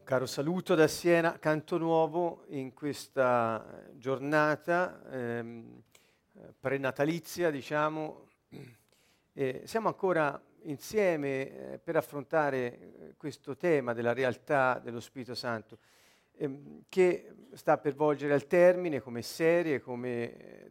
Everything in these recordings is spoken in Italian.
Caro saluto da Siena, canto nuovo in questa giornata prenatalizia, diciamo. Siamo ancora insieme per affrontare questo tema della realtà dello Spirito Santo, che sta per volgere al termine come serie, come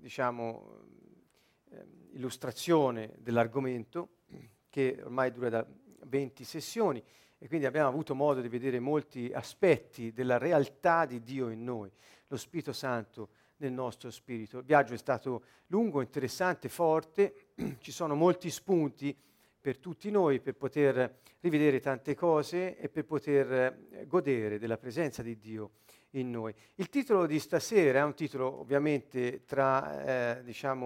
illustrazione dell'argomento, che ormai dura da 20 sessioni. E quindi abbiamo avuto modo di vedere molti aspetti della realtà di Dio in noi, lo Spirito Santo nel nostro spirito. Il viaggio è stato lungo, interessante, forte, ci sono molti spunti per tutti noi per poter rivedere tante cose e per poter godere della presenza di Dio in noi. Il titolo di stasera è un titolo ovviamente tra,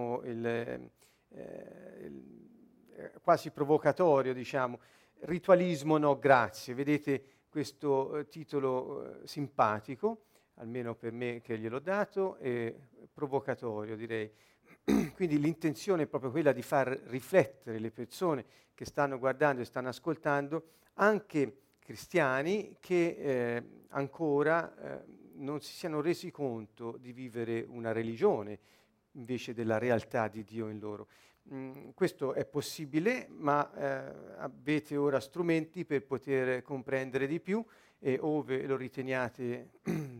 quasi provocatorio, Ritualismo no grazie. Vedete questo titolo simpatico, almeno per me che gliel'ho dato, e provocatorio direi. Quindi l'intenzione è proprio quella di far riflettere le persone che stanno guardando e stanno ascoltando, anche cristiani che ancora non si siano resi conto di vivere una religione invece della realtà di Dio in loro. Questo è possibile, ma avete ora strumenti per poter comprendere di più e ove lo riteniate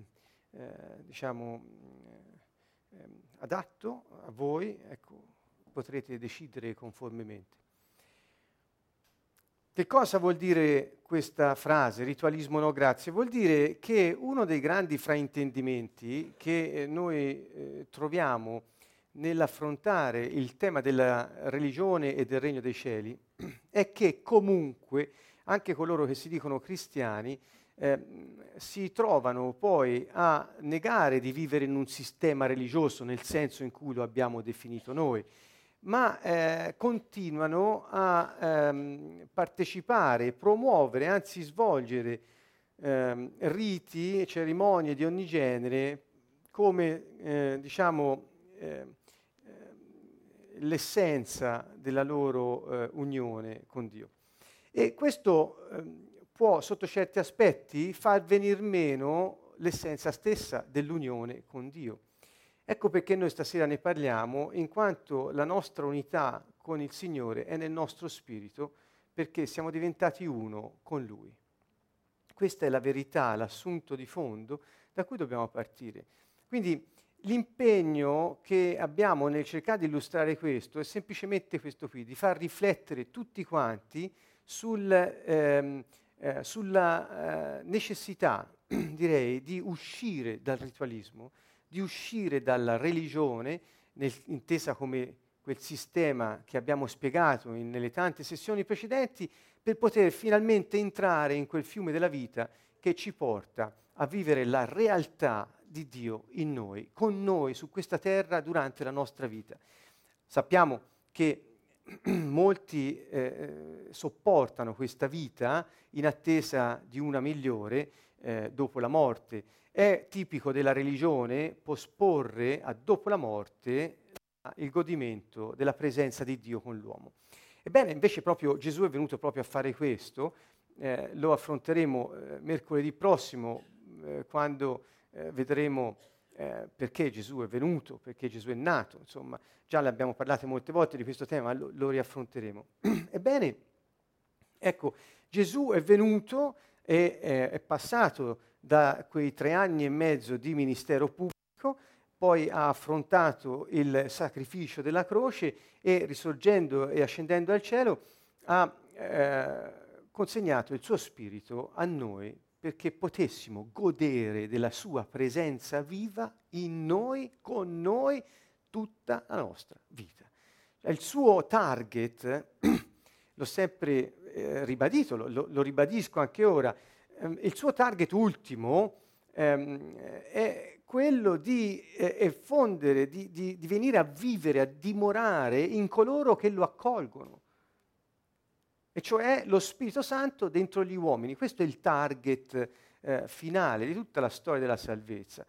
adatto a voi, ecco, potrete decidere conformemente. Che cosa vuol dire questa frase, ritualismo no grazie? Vuol dire che uno dei grandi fraintendimenti che noi troviamo nell'affrontare il tema della religione e del regno dei cieli è che comunque anche coloro che si dicono cristiani si trovano poi a negare di vivere in un sistema religioso nel senso in cui lo abbiamo definito noi, ma continuano a partecipare, promuovere, anzi svolgere riti e cerimonie di ogni genere come l'essenza della loro unione con Dio. E questo può, sotto certi aspetti, far venir meno l'essenza stessa dell'unione con Dio. Ecco perché noi stasera ne parliamo, in quanto la nostra unità con il Signore è nel nostro spirito, perché siamo diventati uno con Lui. Questa è la verità, l'assunto di fondo da cui dobbiamo partire. Quindi l'impegno che abbiamo nel cercare di illustrare questo è semplicemente questo qui, di far riflettere tutti quanti sulla necessità, direi, di uscire dal ritualismo, di uscire dalla religione, intesa come quel sistema che abbiamo spiegato nelle tante sessioni precedenti, per poter finalmente entrare in quel fiume della vita che ci porta a vivere la realtà di Dio in noi, con noi su questa terra durante la nostra vita. Sappiamo che molti sopportano questa vita in attesa di una migliore dopo la morte. È tipico della religione posporre a dopo la morte il godimento della presenza di Dio con l'uomo. Ebbene, invece proprio Gesù è venuto proprio a fare questo, lo affronteremo mercoledì prossimo quando vedremo perché Gesù è venuto, perché Gesù è nato, insomma, già ne abbiamo parlato molte volte di questo tema, lo riaffronteremo. Ebbene, ecco, Gesù è venuto e è passato da quei 3 anni e mezzo di ministero pubblico, poi ha affrontato il sacrificio della croce e risorgendo e ascendendo al cielo ha consegnato il suo spirito a noi perché potessimo godere della sua presenza viva in noi, con noi, tutta la nostra vita. Il suo target, l'ho sempre ribadito, lo ribadisco anche ora, il suo target ultimo è quello di effondere, di venire a vivere, a dimorare in coloro che lo accolgono, e cioè lo Spirito Santo dentro gli uomini. Questo è il target finale di tutta la storia della salvezza.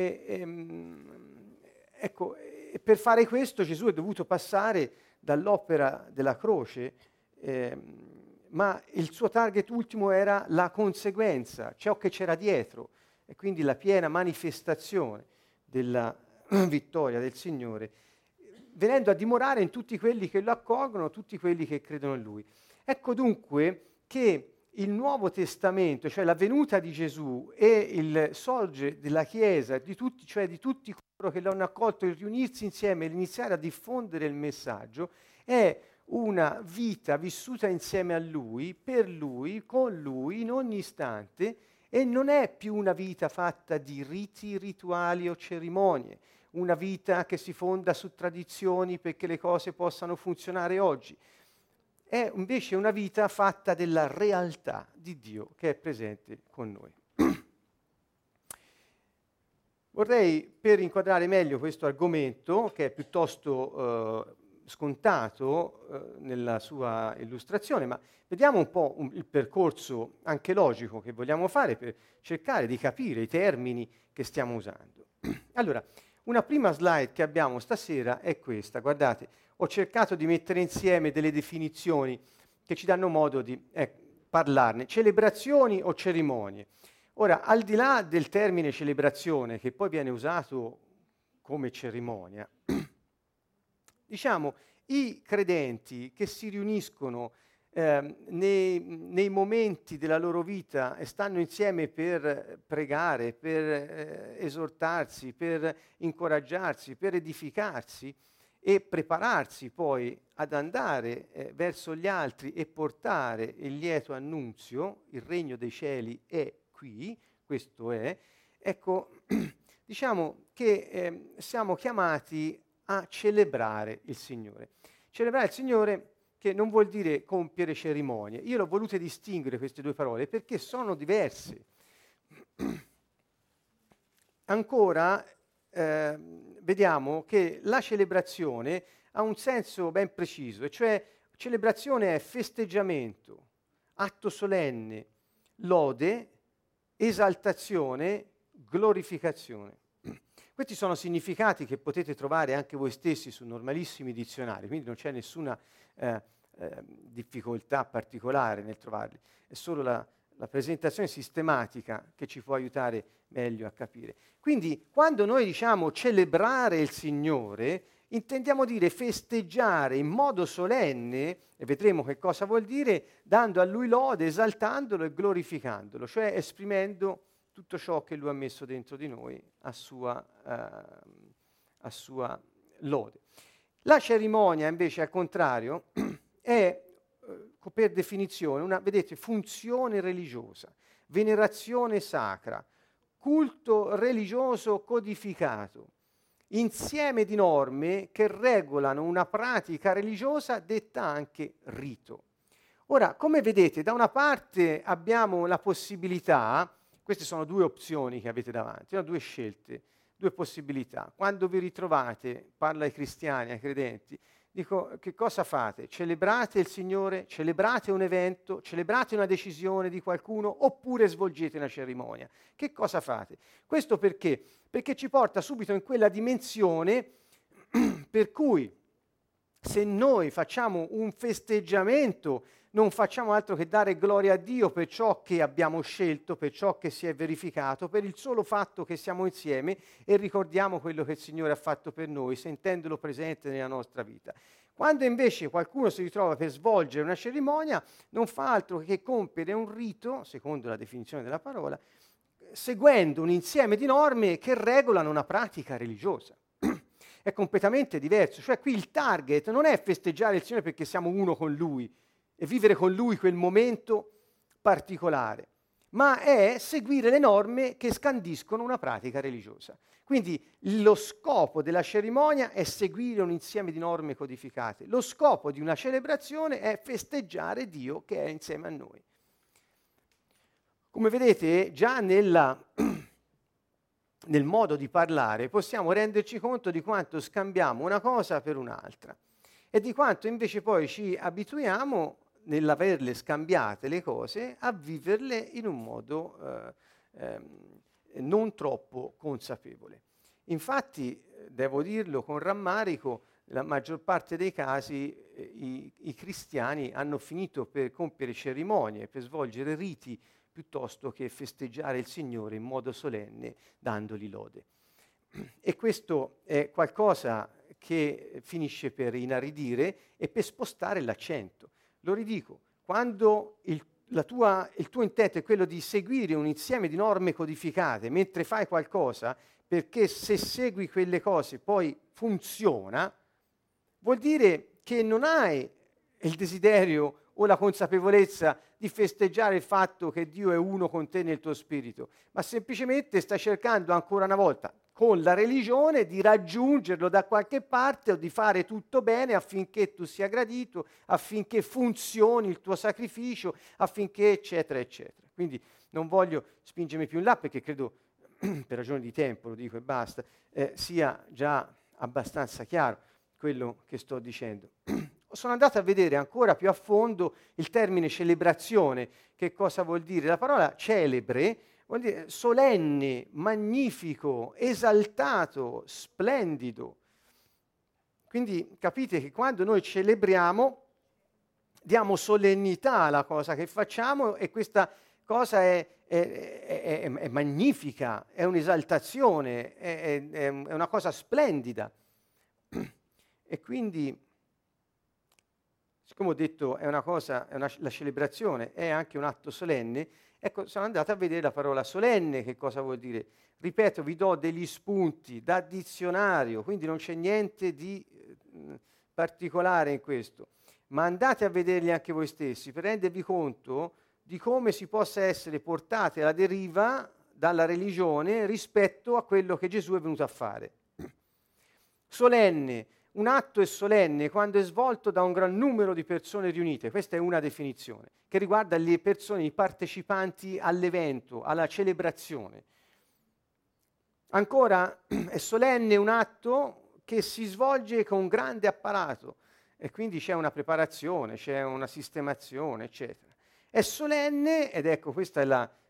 Ecco, per fare questo Gesù è dovuto passare dall'opera della croce, ma il suo target ultimo era la conseguenza, ciò che c'era dietro, e quindi la piena manifestazione della vittoria del Signore, venendo a dimorare in tutti quelli che lo accolgono, tutti quelli che credono in Lui. Ecco dunque che il Nuovo Testamento, cioè la venuta di Gesù e il sorgere della Chiesa, di tutti, cioè di tutti coloro che lo hanno accolto, il riunirsi insieme e iniziare a diffondere il messaggio, è una vita vissuta insieme a Lui, per Lui, con Lui, in ogni istante, e non è più una vita fatta di riti, rituali o cerimonie, una vita che si fonda su tradizioni perché le cose possano funzionare oggi. È invece una vita fatta della realtà di Dio che è presente con noi. Vorrei, per inquadrare meglio questo argomento, che è piuttosto scontato nella sua illustrazione, ma vediamo un po' il percorso anche logico che vogliamo fare per cercare di capire i termini che stiamo usando. Allora, una prima slide che abbiamo stasera è questa, guardate, ho cercato di mettere insieme delle definizioni che ci danno modo di parlarne, celebrazioni o cerimonie. Ora, al di là del termine celebrazione, che poi viene usato come cerimonia, diciamo, i credenti che si riuniscono nei momenti della loro vita e stanno insieme per pregare, per esortarsi, per incoraggiarsi, per edificarsi e prepararsi poi ad andare verso gli altri e portare il lieto annunzio, il regno dei cieli è qui, questo è, ecco, diciamo che siamo chiamati a celebrare il Signore. Celebrare il Signore che non vuol dire compiere cerimonie. Io l'ho volute distinguere queste due parole perché sono diverse. Ancora vediamo che la celebrazione ha un senso ben preciso, e cioè celebrazione è festeggiamento, atto solenne, lode, esaltazione, glorificazione. Questi sono significati che potete trovare anche voi stessi su normalissimi dizionari, quindi non c'è nessuna difficoltà particolare nel trovarli, è solo la presentazione sistematica che ci può aiutare meglio a capire. Quindi quando noi diciamo celebrare il Signore, intendiamo dire festeggiare in modo solenne, e vedremo che cosa vuol dire, dando a Lui lode, esaltandolo e glorificandolo, cioè esprimendo tutto ciò che Lui ha messo dentro di noi a sua lode. La cerimonia invece, al contrario, è per definizione una, vedete, funzione religiosa, venerazione sacra, culto religioso codificato, insieme di norme che regolano una pratica religiosa detta anche rito. Ora, come vedete, da una parte abbiamo la possibilità, queste sono due opzioni che avete davanti, due scelte, due possibilità. Quando vi ritrovate, parlo ai cristiani, ai credenti, dico, che cosa fate? Celebrate il Signore, celebrate un evento, celebrate una decisione di qualcuno, oppure svolgete una cerimonia. Che cosa fate? Questo perché? Perché ci porta subito in quella dimensione per cui se noi facciamo un festeggiamento, non facciamo altro che dare gloria a Dio per ciò che abbiamo scelto, per ciò che si è verificato, per il solo fatto che siamo insieme e ricordiamo quello che il Signore ha fatto per noi, sentendolo presente nella nostra vita. Quando invece qualcuno si ritrova per svolgere una cerimonia, non fa altro che compiere un rito, secondo la definizione della parola, seguendo un insieme di norme che regolano una pratica religiosa. È completamente diverso, cioè qui il target non è festeggiare il Signore perché siamo uno con Lui e vivere con Lui quel momento particolare, ma è seguire le norme che scandiscono una pratica religiosa. Quindi lo scopo della cerimonia è seguire un insieme di norme codificate, lo scopo di una celebrazione è festeggiare Dio che è insieme a noi. Come vedete, già nel modo di parlare possiamo renderci conto di quanto scambiamo una cosa per un'altra e di quanto invece poi ci abituiamo, nell'averle scambiate le cose, a viverle in un modo non troppo consapevole. Infatti, devo dirlo con rammarico, la maggior parte dei casi i cristiani hanno finito per compiere cerimonie, per svolgere riti, piuttosto che festeggiare il Signore in modo solenne, dandogli lode. E questo è qualcosa che finisce per inaridire e per spostare l'accento. Lo ridico, quando il tuo intento è quello di seguire un insieme di norme codificate mentre fai qualcosa, perché se segui quelle cose poi funziona, vuol dire che non hai il desiderio o la consapevolezza di festeggiare il fatto che Dio è uno con te nel tuo spirito, ma semplicemente stai cercando ancora una volta con la religione di raggiungerlo da qualche parte o di fare tutto bene affinché tu sia gradito, affinché funzioni il tuo sacrificio, affinché eccetera eccetera. Quindi non voglio spingermi più in là perché credo, per ragioni di tempo lo dico e basta, sia già abbastanza chiaro quello che sto dicendo. Sono andato a vedere ancora più a fondo il termine celebrazione. Che cosa vuol dire? La parola celebre vuol dire solenne, magnifico, esaltato, splendido. Quindi capite che quando noi celebriamo diamo solennità alla cosa che facciamo e questa cosa è magnifica, è un'esaltazione, è una cosa splendida. E quindi, siccome ho detto la celebrazione è anche un atto solenne, ecco, sono andato a vedere la parola solenne, che cosa vuol dire. Ripeto, vi do degli spunti da dizionario, quindi non c'è niente di particolare in questo, ma andate a vederli anche voi stessi per rendervi conto di come si possa essere portati alla deriva dalla religione rispetto a quello che Gesù è venuto a fare. Solenne. Un atto è solenne quando è svolto da un gran numero di persone riunite, questa è una definizione, che riguarda le persone, i partecipanti all'evento, alla celebrazione. Ancora, è solenne un atto che si svolge con grande apparato e quindi c'è una preparazione, c'è una sistemazione, eccetera. È solenne, ed ecco questa è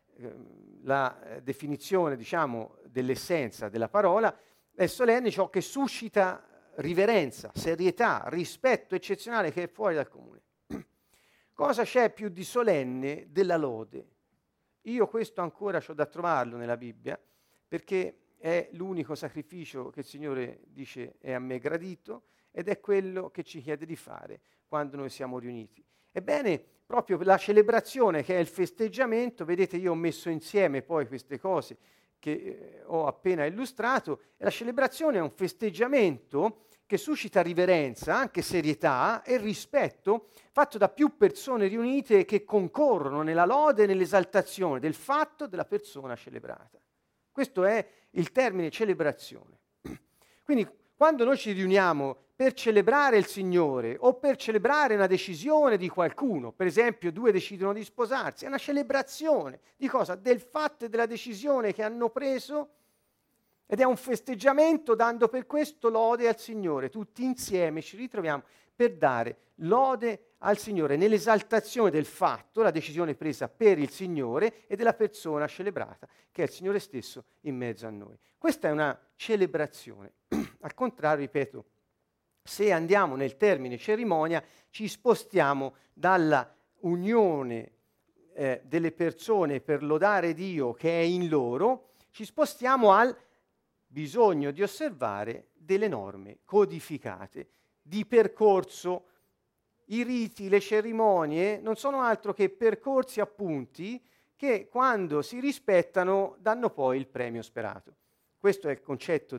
la definizione, diciamo, dell'essenza della parola, è solenne ciò che suscita riverenza, serietà, rispetto eccezionale che è fuori dal comune. Cosa c'è più di solenne della lode? Io questo ancora c'ho da trovarlo nella Bibbia, perché è l'unico sacrificio che il Signore dice è a me gradito ed è quello che ci chiede di fare quando noi siamo riuniti. Ebbene, proprio la celebrazione che è il festeggiamento, vedete io ho messo insieme poi queste cose che ho appena illustrato, e la celebrazione è un festeggiamento che suscita riverenza, anche serietà e rispetto, fatto da più persone riunite che concorrono nella lode e nell'esaltazione del fatto della persona celebrata. Questo è il termine celebrazione. Quindi quando noi ci riuniamo per celebrare il Signore o per celebrare una decisione di qualcuno, per esempio 2 decidono di sposarsi, è una celebrazione di cosa? Del fatto e della decisione che hanno preso, ed è un festeggiamento dando per questo lode al Signore. Tutti insieme ci ritroviamo per dare lode al Signore nell'esaltazione del fatto, la decisione presa per il Signore e della persona celebrata, che è il Signore stesso in mezzo a noi. Questa è una celebrazione. Al contrario, ripeto, se andiamo nel termine cerimonia, ci spostiamo dalla unione delle persone per lodare Dio che è in loro, ci spostiamo al bisogno di osservare delle norme codificate di percorso. I riti, le cerimonie non sono altro che percorsi appunti che quando si rispettano danno poi il premio sperato. Questo è il concetto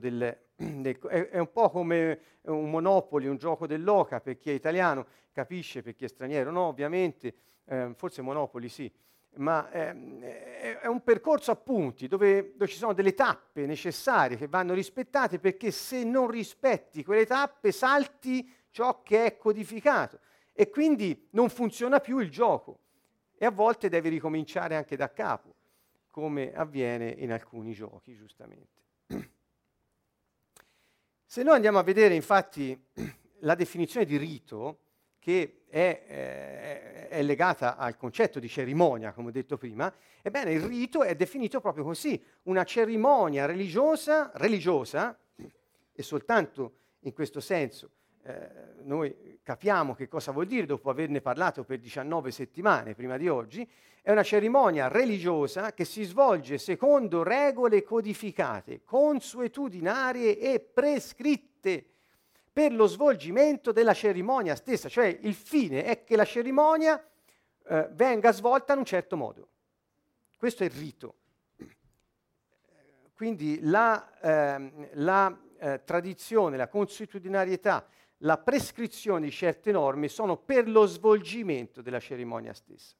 è un po' come un Monopoly, un gioco dell'oca per chi è italiano, capisce, per chi è straniero no, ovviamente, forse Monopoly sì, ma è un percorso a punti dove ci sono delle tappe necessarie che vanno rispettate, perché se non rispetti quelle tappe salti ciò che è codificato e quindi non funziona più il gioco e a volte devi ricominciare anche da capo, come avviene in alcuni giochi, giustamente. Se noi andiamo a vedere infatti la definizione di rito, che è legata al concetto di cerimonia, come ho detto prima, ebbene il rito è definito proprio così, una cerimonia religiosa, e soltanto in questo senso noi capiamo che cosa vuol dire dopo averne parlato per 19 settimane prima di oggi. È una cerimonia religiosa che si svolge secondo regole codificate, consuetudinarie e prescritte per lo svolgimento della cerimonia stessa, cioè il fine è che la cerimonia venga svolta in un certo modo. Questo è il rito. Quindi la tradizione, la consuetudinarietà, la prescrizione di certe norme sono per lo svolgimento della cerimonia stessa.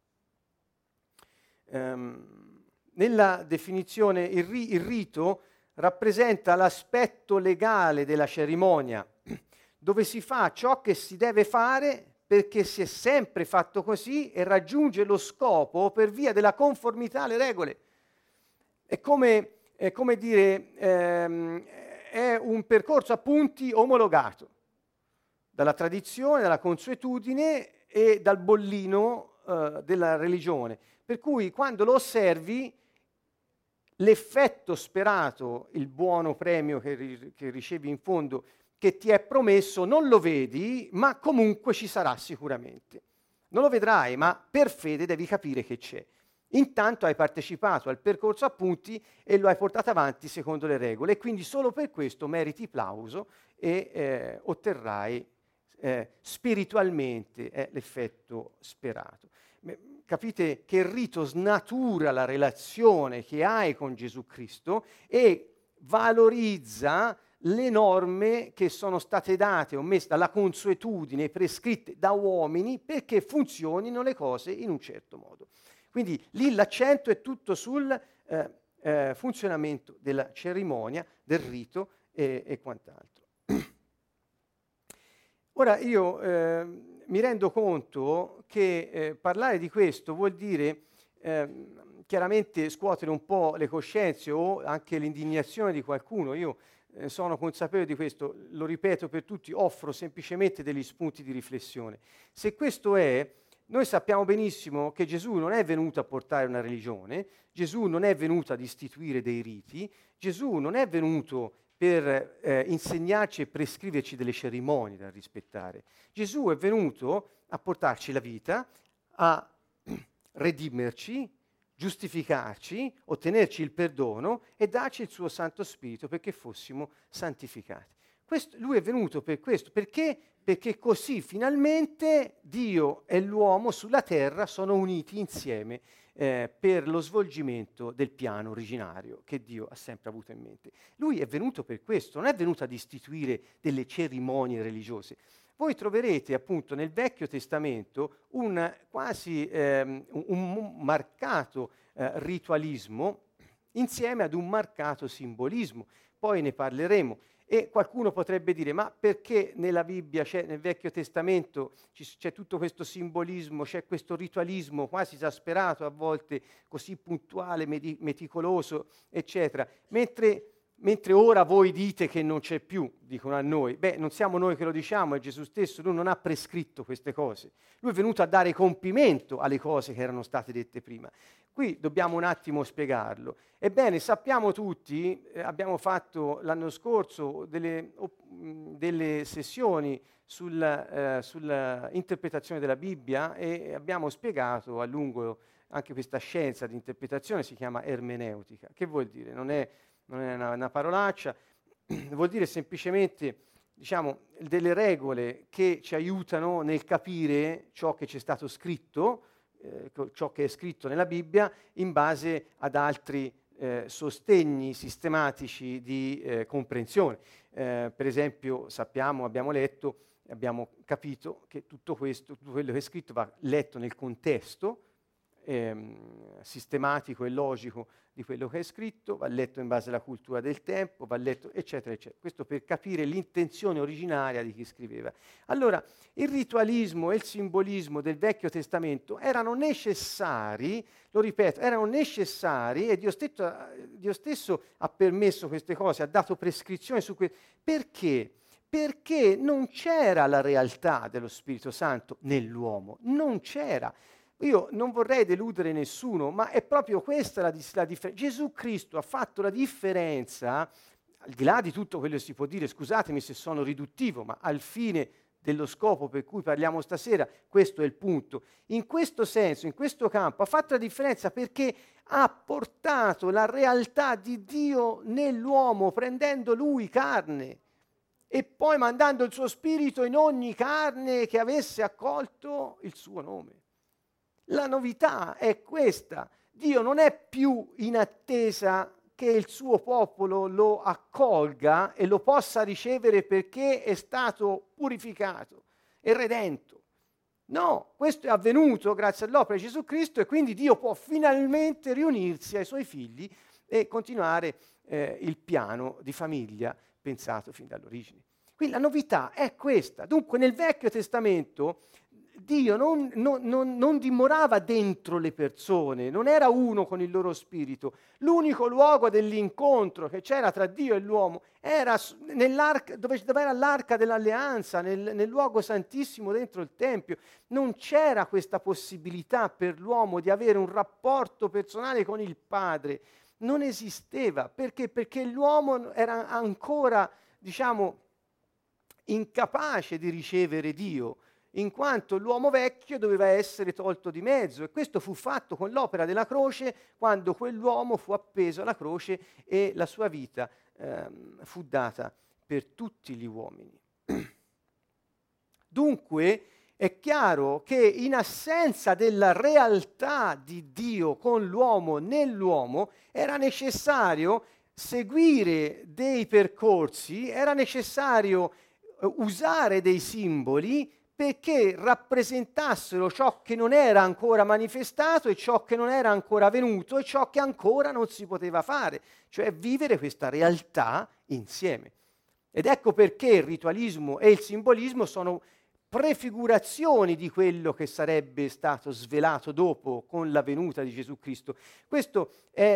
Nella definizione il rito rappresenta l'aspetto legale della cerimonia, dove si fa ciò che si deve fare perché si è sempre fatto così e raggiunge lo scopo per via della conformità alle regole. È come dire, è un percorso a punti omologato dalla tradizione, dalla consuetudine e dal bollino della religione. Per cui quando lo osservi, l'effetto sperato, il buono premio che ricevi in fondo, che ti è promesso, non lo vedi, ma comunque ci sarà sicuramente. Non lo vedrai, ma per fede devi capire che c'è. Intanto hai partecipato al percorso a punti e lo hai portato avanti secondo le regole, e quindi solo per questo meriti plauso e otterrai spiritualmente l'effetto sperato. Capite che il rito snatura la relazione che hai con Gesù Cristo e valorizza le norme che sono state date o messe dalla consuetudine, prescritte da uomini perché funzionino le cose in un certo modo. Quindi lì l'accento è tutto sul funzionamento della cerimonia, del rito e quant'altro. Ora io mi rendo conto che parlare di questo vuol dire chiaramente scuotere un po' le coscienze o anche l'indignazione di qualcuno. Io sono consapevole di questo, lo ripeto per tutti, offro semplicemente degli spunti di riflessione. Se questo è, noi sappiamo benissimo che Gesù non è venuto a portare una religione, Gesù non è venuto ad istituire dei riti, Gesù non è venuto per insegnarci e prescriverci delle cerimonie da rispettare. Gesù è venuto a portarci la vita, a redimerci, giustificarci, ottenerci il perdono e darci il suo Santo Spirito perché fossimo santificati. Lui è venuto per questo, perché? Perché così finalmente Dio e l'uomo sulla terra sono uniti insieme per lo svolgimento del piano originario che Dio ha sempre avuto in mente. Lui è venuto per questo, non è venuto ad istituire delle cerimonie religiose. Voi troverete appunto nel Vecchio Testamento un marcato ritualismo insieme ad un marcato simbolismo. Poi ne parleremo. E qualcuno potrebbe dire, ma perché nella Bibbia, nel Vecchio Testamento, c'è tutto questo simbolismo, c'è questo ritualismo quasi esasperato, a volte così puntuale, meticoloso, eccetera, mentre ora voi dite che non c'è più, dicono a noi. Beh, non siamo noi che lo diciamo, è Gesù stesso, lui non ha prescritto queste cose. Lui è venuto a dare compimento alle cose che erano state dette prima. Qui dobbiamo un attimo spiegarlo. Ebbene, sappiamo tutti, abbiamo fatto l'anno scorso delle sessioni sulla interpretazione della Bibbia e abbiamo spiegato a lungo anche questa scienza di interpretazione, si chiama ermeneutica. Che vuol dire? Non è una parolaccia, vuol dire semplicemente, diciamo, delle regole che ci aiutano nel capire ciò che c'è stato scritto, ciò che è scritto nella Bibbia, in base ad altri sostegni sistematici di comprensione. Per esempio, abbiamo letto, abbiamo capito che tutto quello che è scritto va letto nel contesto sistematico e logico di quello che è scritto, va letto in base alla cultura del tempo, va letto eccetera eccetera. Questo per capire l'intenzione originaria di chi scriveva. Allora, il ritualismo e il simbolismo del Vecchio Testamento erano necessari, lo ripeto, erano necessari e Dio stesso ha permesso queste cose, ha dato prescrizioni su questo. Perché? Perché non c'era la realtà dello Spirito Santo nell'uomo, non c'era. Io non vorrei deludere nessuno, ma è proprio questa la differenza. Gesù Cristo ha fatto la differenza al di là di tutto quello che si può dire, scusatemi se sono riduttivo, ma al fine dello scopo per cui parliamo stasera, questo è il punto. In questo senso, in questo campo, ha fatto la differenza perché ha portato la realtà di Dio nell'uomo, prendendo lui carne e poi mandando il suo spirito in ogni carne che avesse accolto il suo nome. La novità è questa. Dio non è più in attesa che il suo popolo lo accolga e lo possa ricevere perché è stato purificato e redento. No, questo è avvenuto grazie all'opera di Gesù Cristo e quindi Dio può finalmente riunirsi ai suoi figli e continuare il piano di famiglia pensato fin dall'origine. Quindi la novità è questa. Dunque nel Vecchio Testamento Dio non dimorava dentro le persone, non era uno con il loro spirito. L'unico luogo dell'incontro che c'era tra Dio e l'uomo era dove era l'arca dell'alleanza, nel luogo santissimo dentro il Tempio. Non c'era questa possibilità per l'uomo di avere un rapporto personale con il Padre. Non esisteva. Perché? Perché l'uomo era ancora, incapace di ricevere Dio, in quanto l'uomo vecchio doveva essere tolto di mezzo e questo fu fatto con l'opera della croce quando quell'uomo fu appeso alla croce e la sua vita fu data per tutti gli uomini. Dunque è chiaro che in assenza della realtà di Dio con l'uomo nell'uomo era necessario seguire dei percorsi, era necessario usare dei simboli perché rappresentassero ciò che non era ancora manifestato e ciò che non era ancora venuto e ciò che ancora non si poteva fare, cioè vivere questa realtà insieme. Ed ecco perché il ritualismo e il simbolismo sono prefigurazioni di quello che sarebbe stato svelato dopo con la venuta di Gesù Cristo. Questo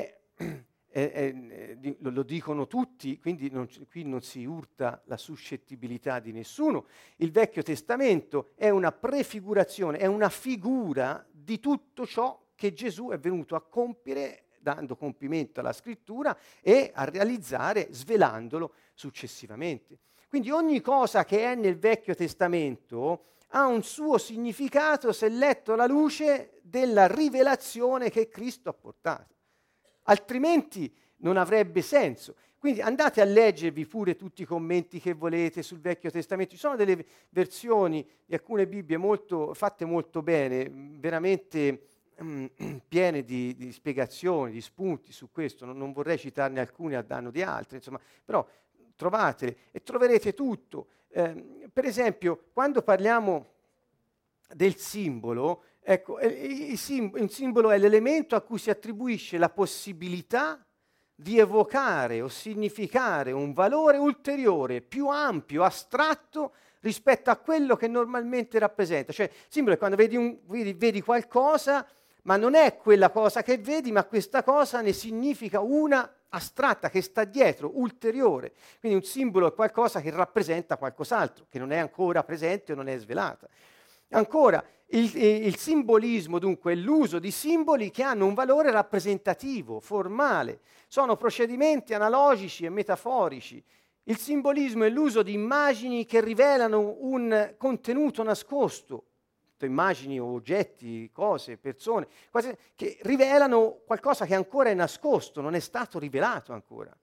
lo dicono tutti, quindi qui non si urta la suscettibilità di nessuno. Il Vecchio Testamento è una prefigurazione, è una figura di tutto ciò che Gesù è venuto a compiere, dando compimento alla Scrittura e a realizzare, svelandolo successivamente. Quindi ogni cosa che è nel Vecchio Testamento ha un suo significato se letto alla luce della rivelazione che Cristo ha portato. Altrimenti non avrebbe senso. Quindi andate a leggervi pure tutti i commenti che volete sul Vecchio Testamento. Ci sono delle versioni di alcune Bibbie fatte molto bene, veramente piene di spiegazioni, di spunti su questo. Non vorrei citarne alcune a danno di altre, insomma, però trovatele e troverete tutto. Per esempio, quando parliamo del simbolo, ecco, il simbolo è l'elemento a cui si attribuisce la possibilità di evocare o significare un valore ulteriore, più ampio, astratto, rispetto a quello che normalmente rappresenta. Cioè, il simbolo è quando vedi qualcosa, ma non è quella cosa che vedi, ma questa cosa ne significa una astratta che sta dietro, ulteriore. Quindi un simbolo è qualcosa che rappresenta qualcos'altro, che non è ancora presente o non è svelata. Ancora, il simbolismo dunque è l'uso di simboli che hanno un valore rappresentativo, formale, sono procedimenti analogici e metaforici. Il simbolismo è l'uso di immagini che rivelano un contenuto nascosto, immagini o oggetti, cose, persone, cose che rivelano qualcosa che ancora è nascosto, non è stato rivelato ancora.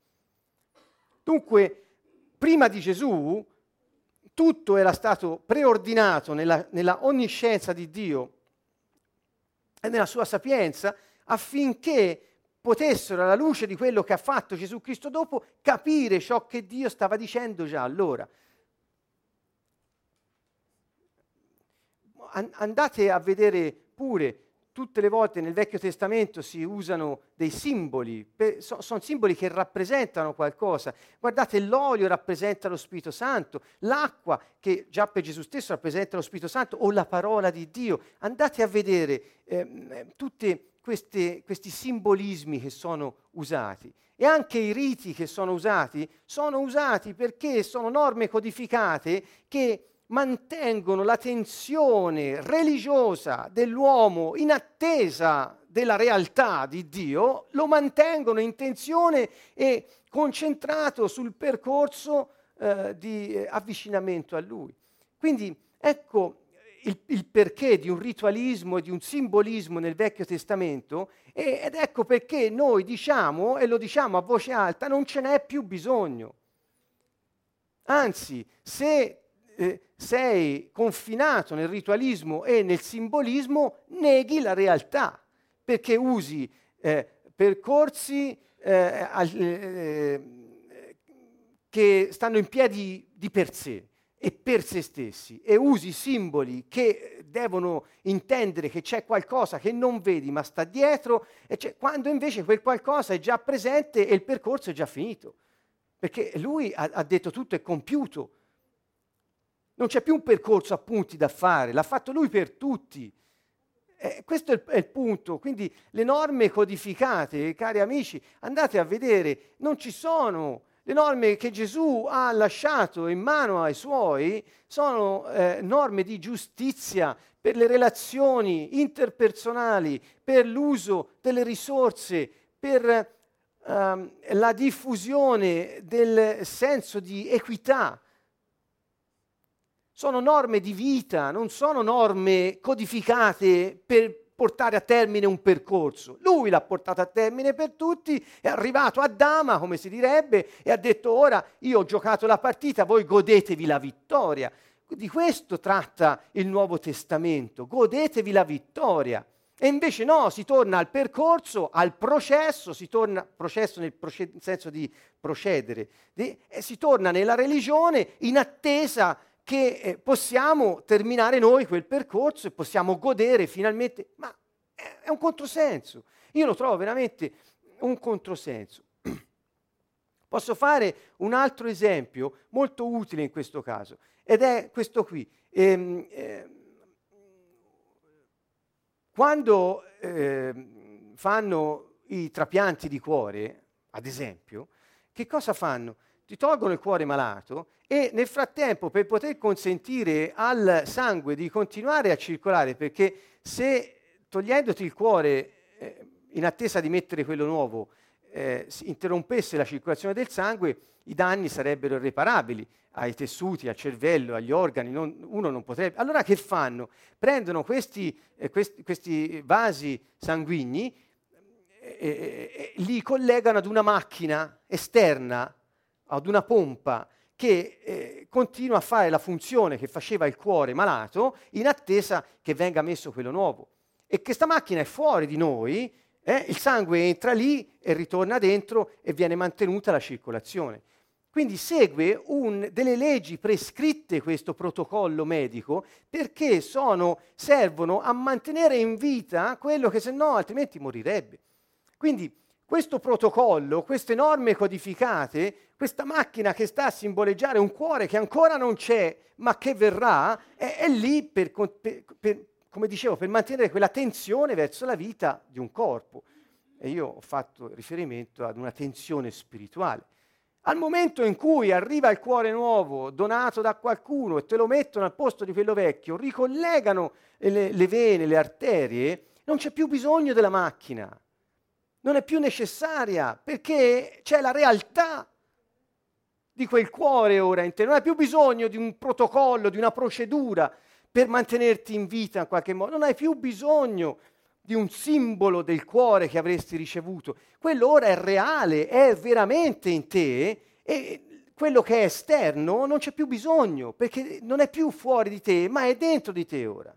Dunque, prima di Gesù, tutto era stato preordinato nella onniscienza di Dio e nella sua sapienza affinché potessero, alla luce di quello che ha fatto Gesù Cristo dopo, capire ciò che Dio stava dicendo già allora. Andate a vedere pure, tutte le volte nel Vecchio Testamento si usano dei simboli, sono simboli che rappresentano qualcosa. Guardate, l'olio rappresenta lo Spirito Santo, l'acqua, che già per Gesù stesso rappresenta lo Spirito Santo, o la parola di Dio. Andate a vedere tutti questi simbolismi che sono usati. E anche i riti che sono usati perché sono norme codificate che mantengono la tensione religiosa dell'uomo in attesa della realtà di Dio, lo mantengono in tensione e concentrato sul percorso di avvicinamento a Lui. Quindi ecco il perché di un ritualismo e di un simbolismo nel Vecchio Testamento ed ecco perché noi diciamo, e lo diciamo a voce alta, non ce n'è più bisogno. Anzi, se sei confinato nel ritualismo e nel simbolismo, neghi la realtà, perché usi percorsi che stanno in piedi di per sé e per se stessi, e usi simboli che devono intendere che c'è qualcosa che non vedi ma sta dietro, quando invece quel qualcosa è già presente e il percorso è già finito, perché lui ha detto tutto è compiuto. Non c'è più un percorso a punti da fare, l'ha fatto lui per tutti. Questo è il punto. Quindi le norme codificate, cari amici, andate a vedere, non ci sono. Le norme che Gesù ha lasciato in mano ai suoi sono norme di giustizia per le relazioni interpersonali, per l'uso delle risorse, per la diffusione del senso di equità. Sono norme di vita, non sono norme codificate per portare a termine un percorso. Lui l'ha portato a termine per tutti, è arrivato a dama, come si direbbe, e ha detto ora io ho giocato la partita, voi godetevi la vittoria. Di questo tratta il Nuovo Testamento, godetevi la vittoria. E invece no, si torna al percorso, al processo, si torna, processo nel senso di procedere, si torna nella religione in attesa che possiamo terminare noi quel percorso e possiamo godere finalmente, ma è un controsenso. Io lo trovo veramente un controsenso. Posso fare un altro esempio molto utile in questo caso, ed è questo qui. Quando fanno i trapianti di cuore, ad esempio, che cosa fanno? Ti tolgono il cuore malato e nel frattempo, per poter consentire al sangue di continuare a circolare, perché se togliendoti il cuore in attesa di mettere quello nuovo si interrompesse la circolazione del sangue, i danni sarebbero irreparabili ai tessuti, al cervello, agli organi, uno non potrebbe. Allora che fanno? Prendono questi vasi sanguigni e li collegano ad una macchina esterna, ad una pompa che continua a fare la funzione che faceva il cuore malato in attesa che venga messo quello nuovo. E questa macchina è fuori di noi, il sangue entra lì e ritorna dentro e viene mantenuta la circolazione. Quindi segue delle leggi prescritte questo protocollo medico perché servono a mantenere in vita quello che se no altrimenti morirebbe. Quindi questo protocollo, queste norme codificate, questa macchina che sta a simboleggiare un cuore che ancora non c'è ma che verrà, è lì per, come dicevo, per mantenere quella tensione verso la vita di un corpo. E io ho fatto riferimento ad una tensione spirituale. Al momento in cui arriva il cuore nuovo, donato da qualcuno, e te lo mettono al posto di quello vecchio, ricollegano le vene, le arterie, non c'è più bisogno della macchina. Non è più necessaria, perché c'è la realtà di quel cuore ora in te. Non hai più bisogno di un protocollo, di una procedura per mantenerti in vita in qualche modo. Non hai più bisogno di un simbolo del cuore che avresti ricevuto. Quello ora è reale, è veramente in te, e quello che è esterno non c'è più bisogno, perché non è più fuori di te, ma è dentro di te ora.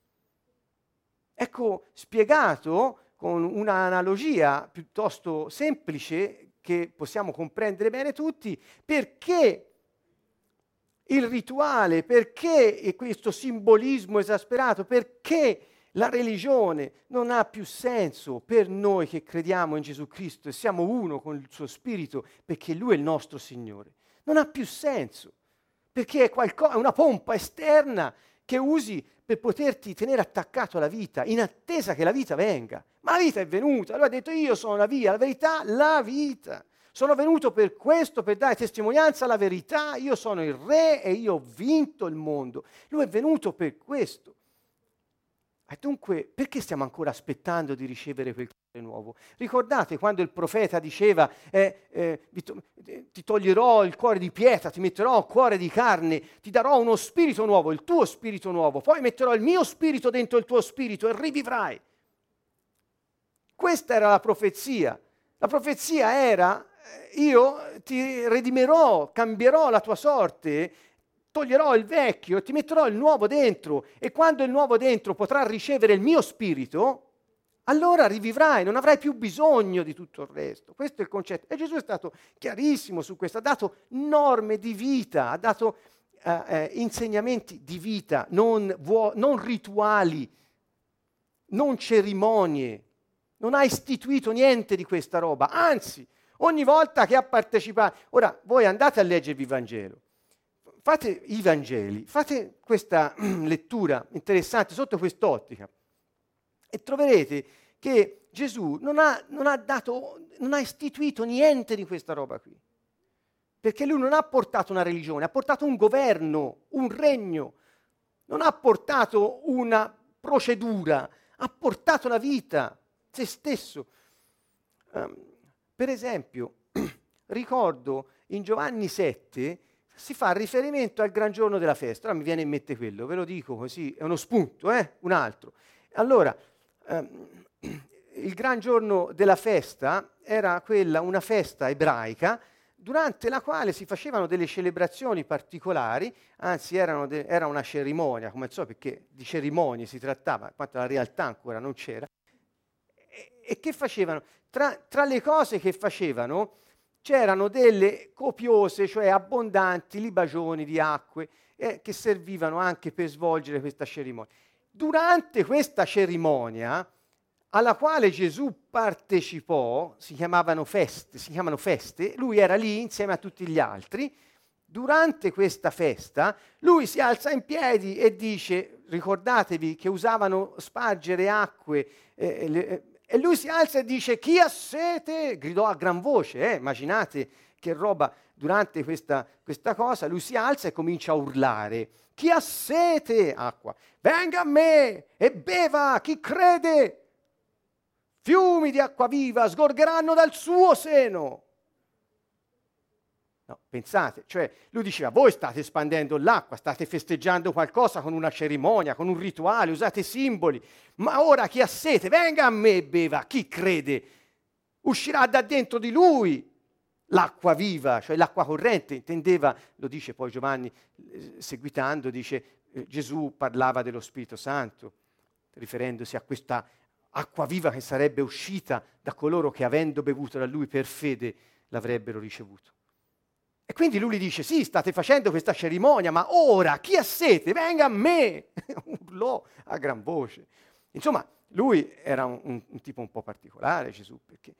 Ecco, spiegato con un'analogia piuttosto semplice che possiamo comprendere bene tutti, perché il rituale, perché questo simbolismo esasperato, perché la religione non ha più senso per noi che crediamo in Gesù Cristo e siamo uno con il suo Spirito, perché Lui è il nostro Signore. Non ha più senso, perché è una pompa esterna che usi per poterti tenere attaccato alla vita, in attesa che la vita venga. Ma la vita è venuta, lui ha detto io sono la via, la verità, la vita. Sono venuto per questo, per dare testimonianza alla verità. Io sono il re e io ho vinto il mondo. Lui è venuto per questo. E dunque, perché stiamo ancora aspettando di ricevere quel cuore nuovo? Ricordate quando il profeta diceva ti toglierò il cuore di pietra, ti metterò un cuore di carne, ti darò uno spirito nuovo, il tuo spirito nuovo, poi metterò il mio spirito dentro il tuo spirito e rivivrai. Questa era la profezia. La profezia era io ti redimerò, cambierò la tua sorte, toglierò il vecchio e ti metterò il nuovo dentro, e quando il nuovo dentro potrà ricevere il mio spirito, allora rivivrai, non avrai più bisogno di tutto il resto. Questo è il concetto. E Gesù è stato chiarissimo su questo, ha dato norme di vita, ha dato insegnamenti di vita, non rituali, non cerimonie. Non ha istituito niente di questa roba, anzi, ogni volta che ha partecipato. Ora, voi andate a leggervi il Vangelo. Fate i Vangeli, fate questa lettura interessante sotto quest'ottica e troverete che Gesù non ha istituito niente di questa roba qui. Perché lui non ha portato una religione, ha portato un governo, un regno, non ha portato una procedura, ha portato la vita, se stesso. Per esempio, ricordo in Giovanni 7 si fa riferimento al gran giorno della festa. Ora mi viene in mente quello, ve lo dico così, è uno spunto, un altro. Allora, il gran giorno della festa era una festa ebraica durante la quale si facevano delle celebrazioni particolari, anzi era una cerimonia, come so, perché di cerimonie si trattava, quanto la realtà ancora non c'era. E che facevano? Tra le cose che facevano c'erano delle copiose, cioè abbondanti libagioni di acque che servivano anche per svolgere questa cerimonia. Durante questa cerimonia, alla quale Gesù partecipò, si chiamano feste, lui era lì insieme a tutti gli altri. Durante questa festa, lui si alza in piedi e dice, ricordatevi che usavano spargere acque, e lui si alza e dice, chi ha sete? Gridò a gran voce, immaginate che roba. Durante questa cosa lui si alza e comincia a urlare, chi ha sete? Acqua. Venga a me e beva, chi crede? Fiumi di acqua viva sgorgeranno dal suo seno. No, pensate, cioè lui diceva, voi state espandendo l'acqua, state festeggiando qualcosa con una cerimonia, con un rituale, usate simboli, ma ora chi ha sete, venga a me e beva, chi crede, uscirà da dentro di lui l'acqua viva, cioè l'acqua corrente, intendeva, lo dice poi Giovanni seguitando, dice Gesù parlava dello Spirito Santo, riferendosi a questa acqua viva che sarebbe uscita da coloro che avendo bevuto da lui per fede l'avrebbero ricevuto. E quindi lui gli dice, sì, state facendo questa cerimonia, ma ora chi ha sete, venga a me! Urlò a gran voce. Insomma, lui era un tipo un po' particolare, Gesù, perché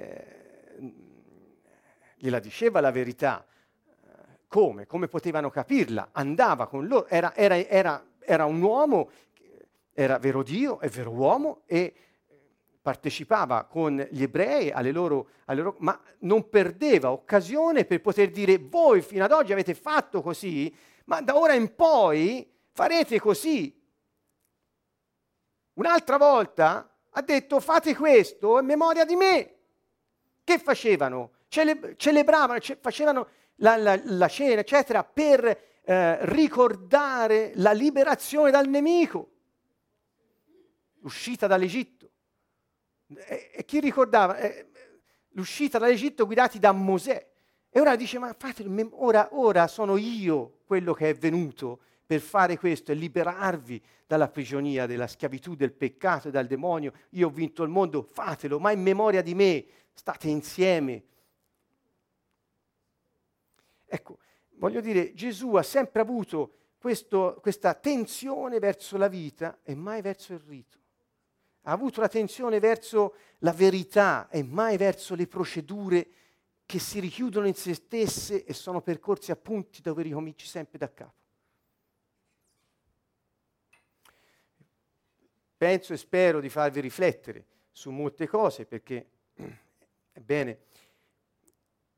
gliela diceva la verità. Come? Come potevano capirla? Andava con loro, era un uomo, era vero Dio, è vero uomo, e partecipava con gli ebrei alle loro, ma non perdeva occasione per poter dire, voi fino ad oggi avete fatto così, ma da ora in poi farete così. Un'altra volta ha detto, fate questo in memoria di me. Che facevano? Celebravano, facevano la cena, eccetera, per ricordare la liberazione dal nemico, l'uscita dall'Egitto. E chi ricordava? L'uscita dall'Egitto guidati da Mosè. E ora dice, ma fatelo, ora sono io quello che è venuto per fare questo e liberarvi dalla prigionia, della schiavitù, del peccato e dal demonio. Io ho vinto il mondo, fatelo, ma in memoria di me, state insieme. Ecco, voglio dire, Gesù ha sempre avuto questa tensione verso la vita e mai verso il rito. Ha avuto la tensione verso la verità e mai verso le procedure che si richiudono in se stesse e sono percorsi a punti dove ricominci sempre da capo. Penso e spero di farvi riflettere su molte cose perché, ebbene,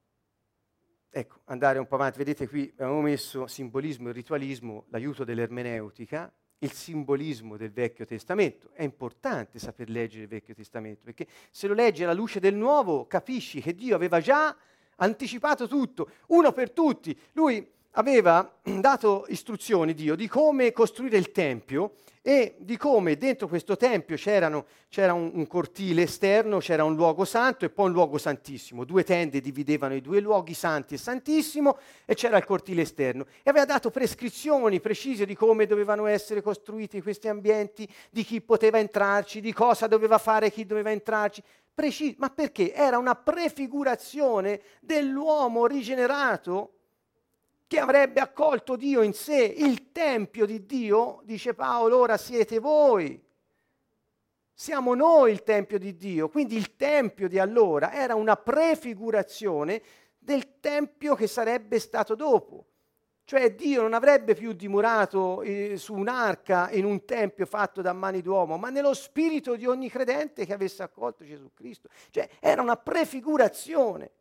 ecco, andare un po' avanti. Vedete qui abbiamo messo simbolismo e ritualismo, l'aiuto dell'ermeneutica, il simbolismo del Vecchio Testamento. È importante saper leggere il Vecchio Testamento, perché se lo leggi alla luce del Nuovo capisci che Dio aveva già anticipato tutto, uno per tutti. Lui aveva dato istruzioni, Dio, di come costruire il Tempio e di come dentro questo Tempio c'era un cortile esterno, c'era un luogo santo e poi un luogo santissimo. 2 tende dividevano i 2 luoghi, santi e santissimo, e c'era il cortile esterno. E aveva dato prescrizioni precise di come dovevano essere costruiti questi ambienti, di chi poteva entrarci, di cosa doveva fare chi doveva entrarci. Ma perché? Era una prefigurazione dell'uomo rigenerato che avrebbe accolto Dio in sé, il Tempio di Dio, dice Paolo, ora siete voi. Siamo noi il Tempio di Dio, quindi il Tempio di allora era una prefigurazione del Tempio che sarebbe stato dopo. Cioè Dio non avrebbe più dimораto su un'arca in un tempio fatto da mani d'uomo, ma nello spirito di ogni credente che avesse accolto Gesù Cristo. Cioè era una prefigurazione.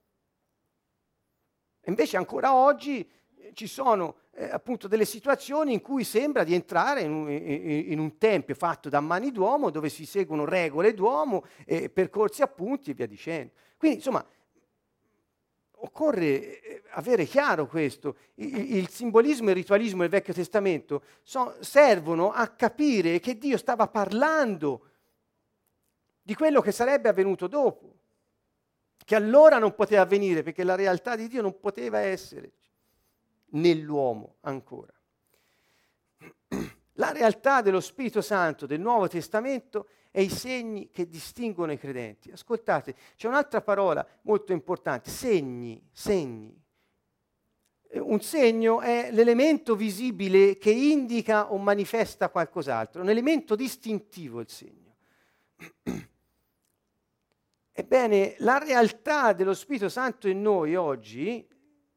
Invece ancora oggi ci sono appunto delle situazioni in cui sembra di entrare in un tempio fatto da mani d'uomo, dove si seguono regole d'uomo, percorsi appunti e via dicendo. Quindi insomma occorre avere chiaro questo. Il simbolismo e il ritualismo del Vecchio Testamento servono a capire che Dio stava parlando di quello che sarebbe avvenuto dopo, che allora non poteva avvenire perché la realtà di Dio non poteva essere nell'uomo ancora. La realtà dello Spirito Santo del Nuovo Testamento è i segni che distinguono i credenti. Ascoltate, c'è un'altra parola molto importante, segni. Un segno è l'elemento visibile che indica o manifesta qualcos'altro, un elemento distintivo il segno. Ebbene, la realtà dello Spirito Santo in noi oggi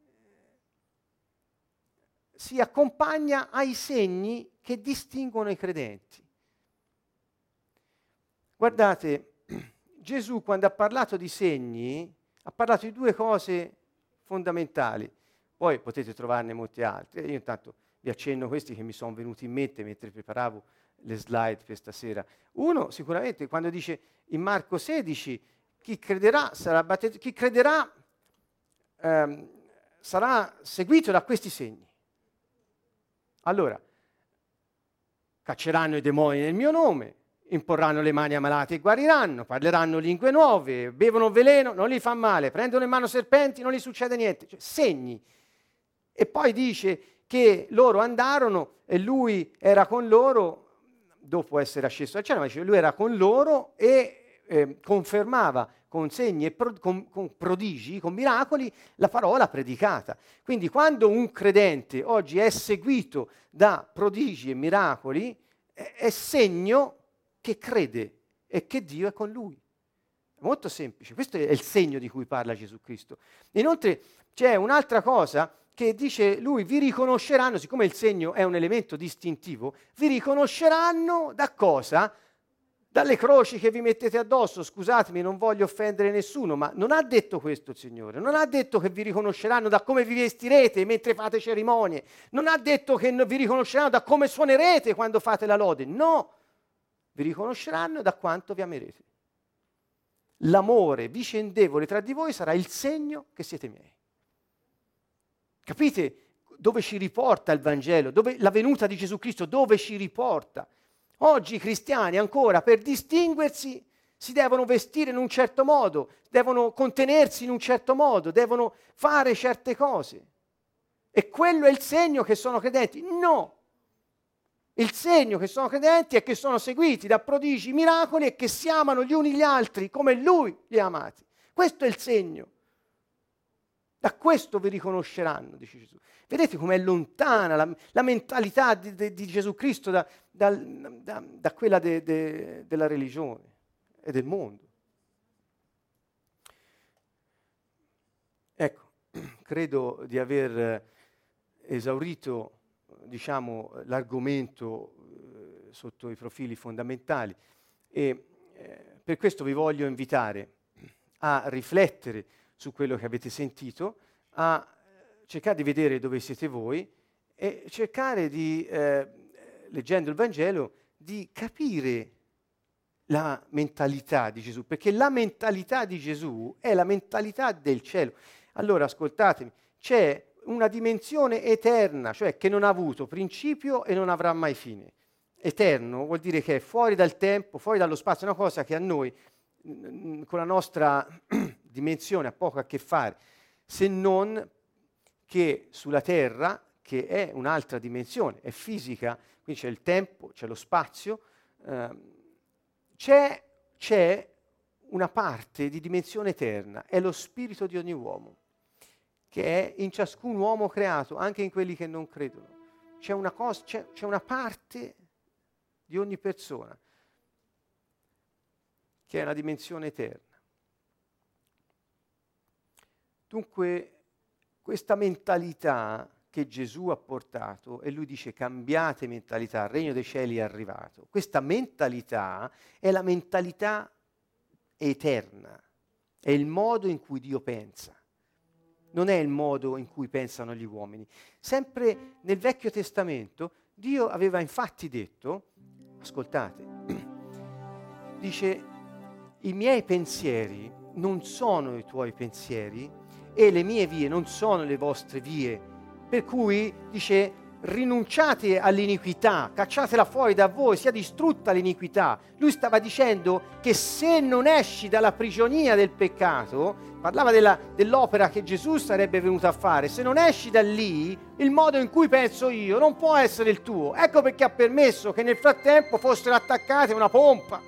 si accompagna ai segni che distinguono i credenti. Guardate, Gesù quando ha parlato di segni ha parlato di 2 cose fondamentali, poi potete trovarne molte altre. Io intanto vi accenno questi che mi sono venuti in mente mentre preparavo le slide per stasera. Uno, sicuramente, quando dice in Marco 16, chi crederà sarà seguito da questi segni. Allora, cacceranno i demoni nel mio nome, imporranno le mani a malati e guariranno, parleranno lingue nuove, bevono veleno, non gli fa male, prendono in mano serpenti, non gli succede niente. Cioè, segni. E poi dice che loro andarono e lui era con loro, dopo essere asceso al cielo, ma dice, lui era con loro e confermava con segni e con prodigi, con miracoli, la parola predicata. Quindi quando un credente oggi è seguito da prodigi e miracoli, è segno che crede e che Dio è con lui. È molto semplice, questo è il segno di cui parla Gesù Cristo. Inoltre c'è un'altra cosa che dice lui, vi riconosceranno, siccome il segno è un elemento distintivo, vi riconosceranno da cosa? Dalle croci che vi mettete addosso. Scusatemi, non voglio offendere nessuno, ma non ha detto questo il Signore. Non ha detto che vi riconosceranno da come vi vestirete mentre fate cerimonie. Non ha detto che vi riconosceranno da come suonerete quando fate la lode. No, vi riconosceranno da quanto vi amerete. L'amore vicendevole tra di voi sarà il segno che siete miei. Capite dove ci riporta il Vangelo? Dove la venuta di Gesù Cristo, dove ci riporta? Oggi i cristiani ancora per distinguersi si devono vestire in un certo modo, devono contenersi in un certo modo, devono fare certe cose. E quello è il segno che sono credenti? No! Il segno che sono credenti è che sono seguiti da prodigi, miracoli e che si amano gli uni gli altri come Lui li ha amati. Questo è il segno. Da questo vi riconosceranno, dice Gesù. Vedete com'è lontana la mentalità di Gesù Cristo da quella della religione e del mondo. Ecco, credo di aver esaurito, diciamo, l'argomento sotto i profili fondamentali e per questo vi voglio invitare a riflettere su quello che avete sentito, a cercare di vedere dove siete voi e cercare di, leggendo il Vangelo, di capire la mentalità di Gesù, perché la mentalità di Gesù è la mentalità del cielo. Allora, ascoltatemi, c'è una dimensione eterna, cioè che non ha avuto principio e non avrà mai fine. Eterno vuol dire che è fuori dal tempo, fuori dallo spazio, è una cosa che a noi, con la nostra dimensione, ha poco a che fare, se non che sulla Terra, che è un'altra dimensione, è fisica, quindi c'è il tempo, c'è lo spazio, c'è una parte di dimensione eterna, è lo spirito di ogni uomo, che è in ciascun uomo creato, anche in quelli che non credono. C'è una cosa, c'è una parte di ogni persona che è una dimensione eterna. Dunque, questa mentalità che Gesù ha portato, e lui dice cambiate mentalità, il regno dei cieli è arrivato. Questa mentalità è la mentalità eterna, è il modo in cui Dio pensa. Non è il modo in cui pensano gli uomini. Sempre nel Vecchio Testamento Dio aveva infatti detto, ascoltate, dice, i miei pensieri non sono i tuoi pensieri e le mie vie non sono le vostre vie. Per cui, dice, rinunciate all'iniquità, cacciatela fuori da voi, sia distrutta l'iniquità. Lui stava dicendo che se non esci dalla prigionia del peccato, parlava dell'opera che Gesù sarebbe venuto a fare, se non esci da lì, il modo in cui penso io non può essere il tuo. Ecco perché ha permesso che nel frattempo fossero attaccate a una pompa.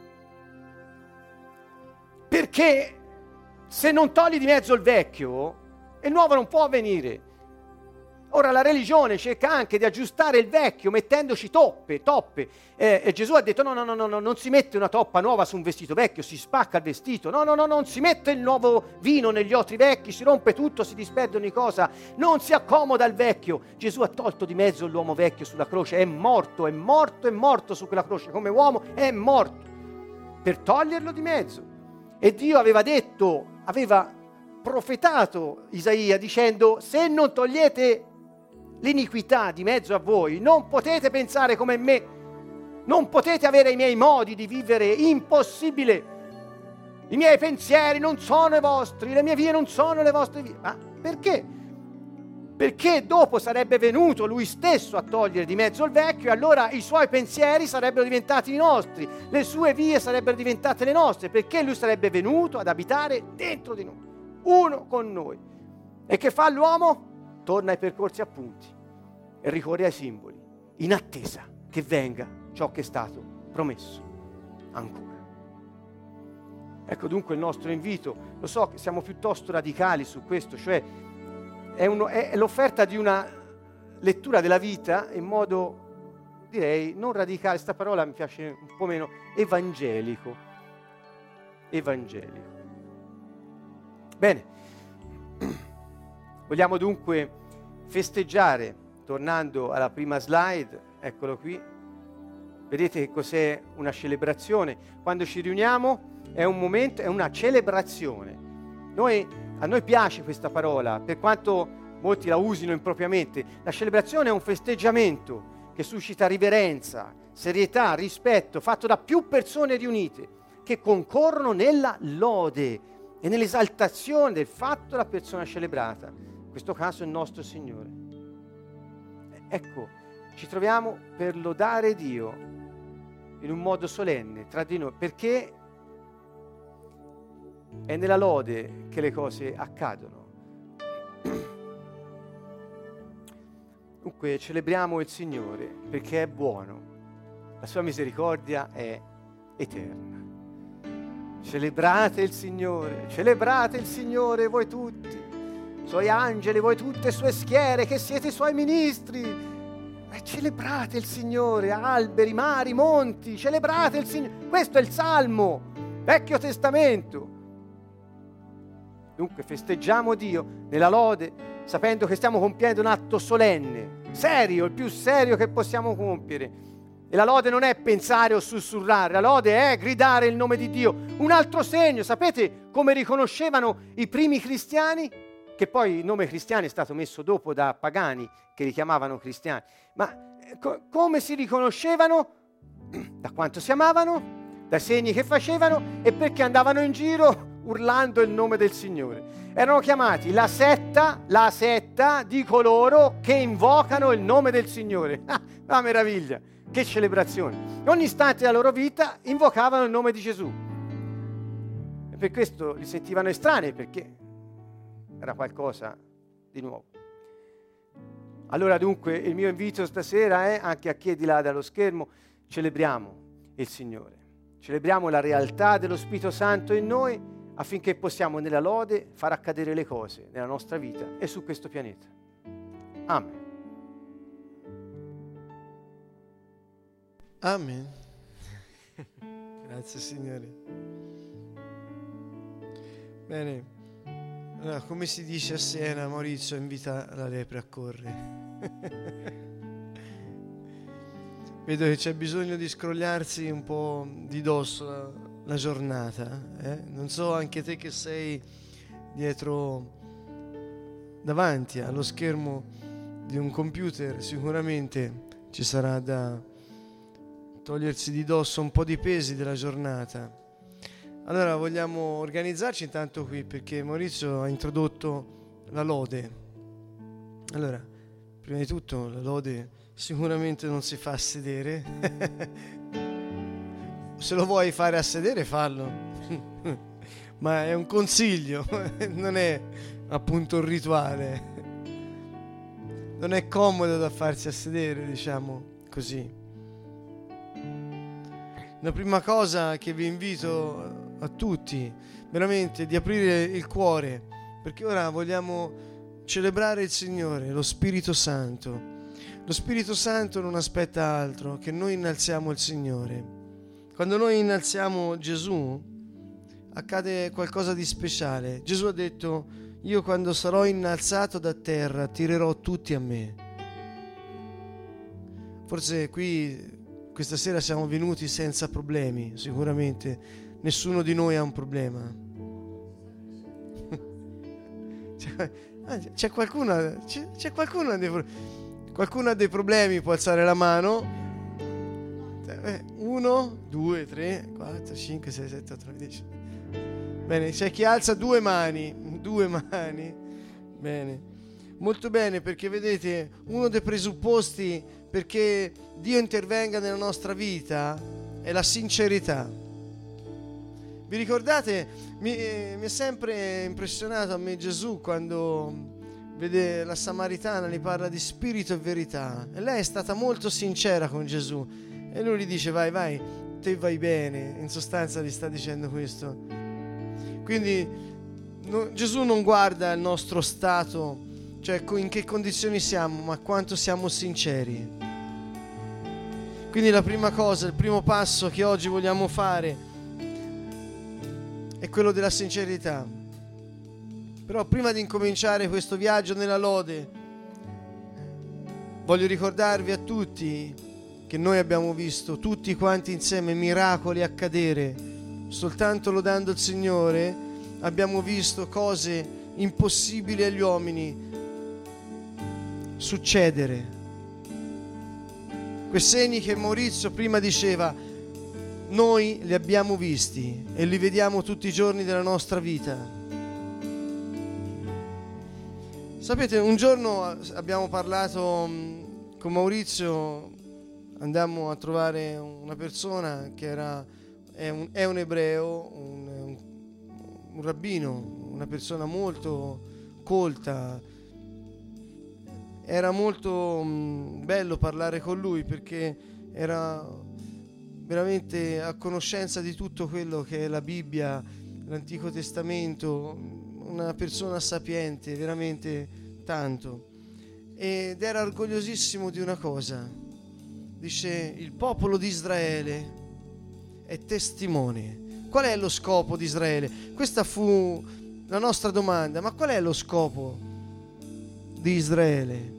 Perché se non togli di mezzo il vecchio, il nuovo non può venire. Ora la religione cerca anche di aggiustare il vecchio mettendoci toppe. E Gesù ha detto no, non si mette una toppa nuova su un vestito vecchio, si spacca il vestito. No, non si mette il nuovo vino negli otri vecchi, si rompe tutto, si disperde ogni cosa. Non si accomoda il vecchio. Gesù ha tolto di mezzo l'uomo vecchio sulla croce, è morto su quella croce. Come uomo è morto per toglierlo di mezzo. E Dio aveva profetato Isaia dicendo se non togliete l'iniquità di mezzo a voi, non potete pensare come me, non potete avere i miei modi di vivere, impossibile. I miei pensieri non sono i vostri, le mie vie non sono le vostre vie. Ma perché? Perché dopo sarebbe venuto lui stesso a togliere di mezzo il vecchio e allora i suoi pensieri sarebbero diventati i nostri, le sue vie sarebbero diventate le nostre, perché lui sarebbe venuto ad abitare dentro di noi, uno con noi. E che fa l'uomo? Torna ai percorsi appunti e ricorre ai simboli, in attesa che venga ciò che è stato promesso ancora. Ecco dunque il nostro invito. Lo so che siamo piuttosto radicali su questo, cioè è l'offerta di una lettura della vita in modo, direi, non radicale, sta parola mi piace un po' meno, evangelico. Bene, vogliamo dunque festeggiare, tornando alla prima slide, eccolo qui, vedete che cos'è una celebrazione? Quando ci riuniamo è un momento, è una celebrazione. A noi piace questa parola, per quanto molti la usino impropriamente. La celebrazione è un festeggiamento che suscita riverenza, serietà, rispetto, fatto da più persone riunite, che concorrono nella lode e nell'esaltazione del fatto della persona celebrata. In questo caso il nostro Signore. Ecco, ci troviamo per lodare Dio in un modo solenne tra di noi, perché è nella lode che le cose accadono. Dunque celebriamo il Signore perché è buono, la sua misericordia è eterna. Celebrate il Signore voi tutti, i suoi angeli, voi tutte le sue schiere che siete i suoi ministri. Celebrate il Signore, alberi, mari, monti, celebrate il Signore. Questo è il Salmo, Vecchio Testamento. Dunque festeggiamo Dio nella lode, sapendo che stiamo compiendo un atto solenne, serio, il più serio che possiamo compiere. E la lode non è pensare o sussurrare, la lode è gridare il nome di Dio. Un altro segno, sapete come riconoscevano i primi cristiani? Che che poi il nome cristiano è stato messo dopo da pagani che li chiamavano cristiani. Ma come si riconoscevano? Da quanto si amavano, dai segni che facevano e perché andavano in giro urlando il nome del Signore. Erano chiamati la setta di coloro che invocano il nome del Signore. Ah, meraviglia, che celebrazione. Ogni istante della loro vita invocavano il nome di Gesù. E per questo li sentivano estranei, perché era qualcosa di nuovo. Allora dunque il mio invito stasera è, anche a chi è di là dallo schermo, celebriamo il Signore. Celebriamo la realtà dello Spirito Santo in noi affinché possiamo nella lode far accadere le cose nella nostra vita e su questo pianeta. Amen. Amen. Grazie Signore. Bene, allora, come si dice a Siena, Maurizio invita la lepre a correre. Vedo che c'è bisogno di scrogliarsi un po' di dosso la giornata. Non so, anche te che sei davanti allo schermo di un computer, sicuramente ci sarà da togliersi di dosso un po' di pesi della giornata. Allora vogliamo organizzarci intanto qui, perché Maurizio ha introdotto la lode. Allora, prima di tutto la lode sicuramente non si fa a sedere. Se lo vuoi fare a sedere, fallo. Ma è un consiglio, non è appunto un rituale. Non è comodo da farsi a sedere, diciamo così. La prima cosa che vi invito a tutti, veramente, di aprire il cuore, perché ora vogliamo celebrare il Signore, lo Spirito Santo. Lo Spirito Santo non aspetta altro che noi innalziamo il Signore. Quando noi innalziamo Gesù, accade qualcosa di speciale. Gesù ha detto: io quando sarò innalzato da terra attirerò tutti a me. Forse qui questa sera siamo venuti senza problemi, sicuramente nessuno di noi ha un problema. C'è qualcuno qualcuno ha dei problemi, può alzare la mano. 1, 2, 3, 4, 5, 6, 7, 8, 9, 10. Bene, c'è chi alza due mani. Bene, molto bene, perché vedete, uno dei presupposti perché Dio intervenga nella nostra vita è la sincerità. Vi ricordate, mi è sempre impressionato a me Gesù quando vede la Samaritana, gli parla di spirito e verità, e lei è stata molto sincera con Gesù e lui gli dice: vai, te vai bene. In sostanza gli sta dicendo questo. Quindi Gesù non guarda il nostro stato, cioè in che condizioni siamo, ma quanto siamo sinceri. Quindi la prima cosa, il primo passo che oggi vogliamo fare è quello della sincerità. Però prima di incominciare questo viaggio nella lode, voglio ricordarvi a tutti che noi abbiamo visto tutti quanti insieme miracoli accadere. Soltanto lodando il Signore abbiamo visto cose impossibili agli uomini succedere. Quei segni che Maurizio prima diceva, noi li abbiamo visti e li vediamo tutti i giorni della nostra vita. Sapete, un giorno abbiamo parlato con Maurizio, andammo a trovare una persona che è un ebreo, un rabbino, una persona molto colta. Era molto bello parlare con lui perché era veramente a conoscenza di tutto quello che è la Bibbia, l'Antico Testamento, una persona sapiente, veramente tanto. Ed era orgogliosissimo di una cosa. Dice: il popolo di Israele è testimone. Qual è lo scopo di Israele? Questa fu la nostra domanda. Ma qual è lo scopo di Israele?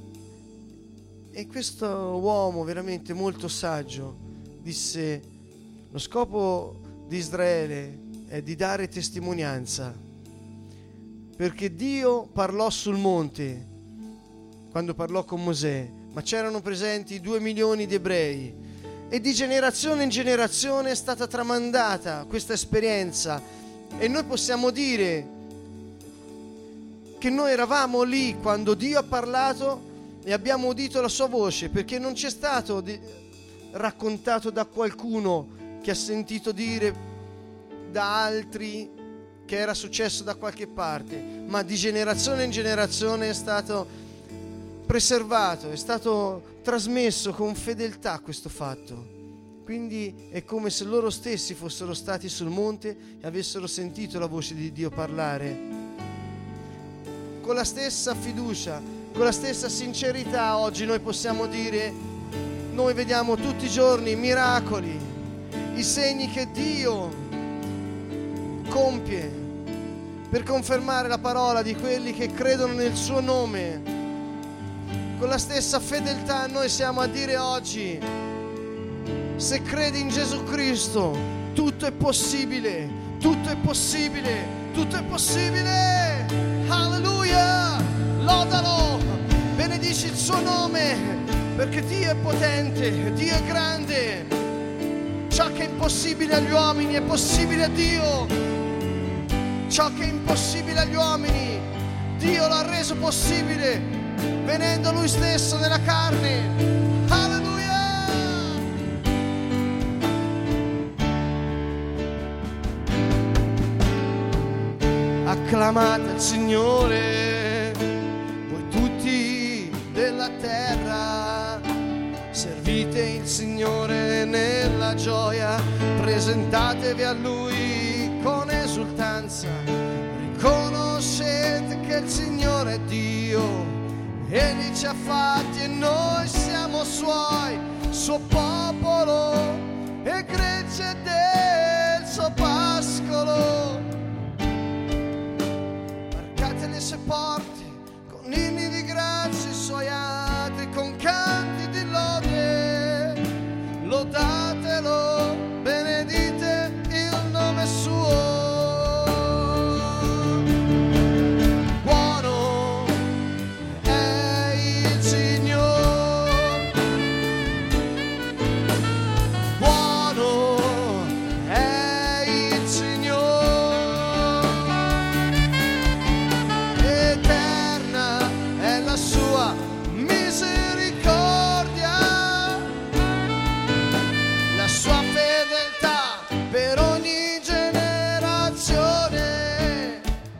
E questo uomo veramente molto saggio disse: lo scopo di Israele è di dare testimonianza. perché Dio parlò sul monte quando parlò con Mosè, ma c'erano presenti 2 milioni di ebrei e di generazione in generazione è stata tramandata questa esperienza, e noi possiamo dire che noi eravamo lì quando Dio ha parlato e abbiamo udito la sua voce, perché non ci è stato raccontato da qualcuno che ha sentito dire da altri che era successo da qualche parte, ma di generazione in generazione è stato preservato, è stato trasmesso con fedeltà questo fatto. Quindi è come se loro stessi fossero stati sul monte e avessero sentito la voce di Dio parlare. Con la stessa fiducia, con la stessa sincerità, oggi noi possiamo dire: noi vediamo tutti i giorni i miracoli, i segni che Dio compie per confermare la parola di quelli che credono nel suo nome. Con la stessa fedeltà noi siamo a dire oggi: se credi in Gesù Cristo, tutto è possibile, tutto è possibile, tutto è possibile. Alleluia, lodalo, benedici il suo nome, perché Dio è potente, Dio è grande. Ciò che è impossibile agli uomini è possibile a Dio. Ciò che è impossibile agli uomini, Dio l'ha reso possibile, venendo Lui stesso nella carne. Alleluia! Acclamate il Signore, voi tutti della terra, servite il Signore nella gioia, presentatevi a Lui con esultanza, riconoscete che il Signore è Dio, Egli ci ha fatti e noi siamo Suoi, suo popolo e gregge del suo pascolo. Varcate le sue porte con inni di grazia, i suoi atri con canti di lode, lodatelo, benedite il nome suo. Buono è il Signore, buono è il Signore, eterna è la sua misericordia, la sua fedeltà per ogni generazione.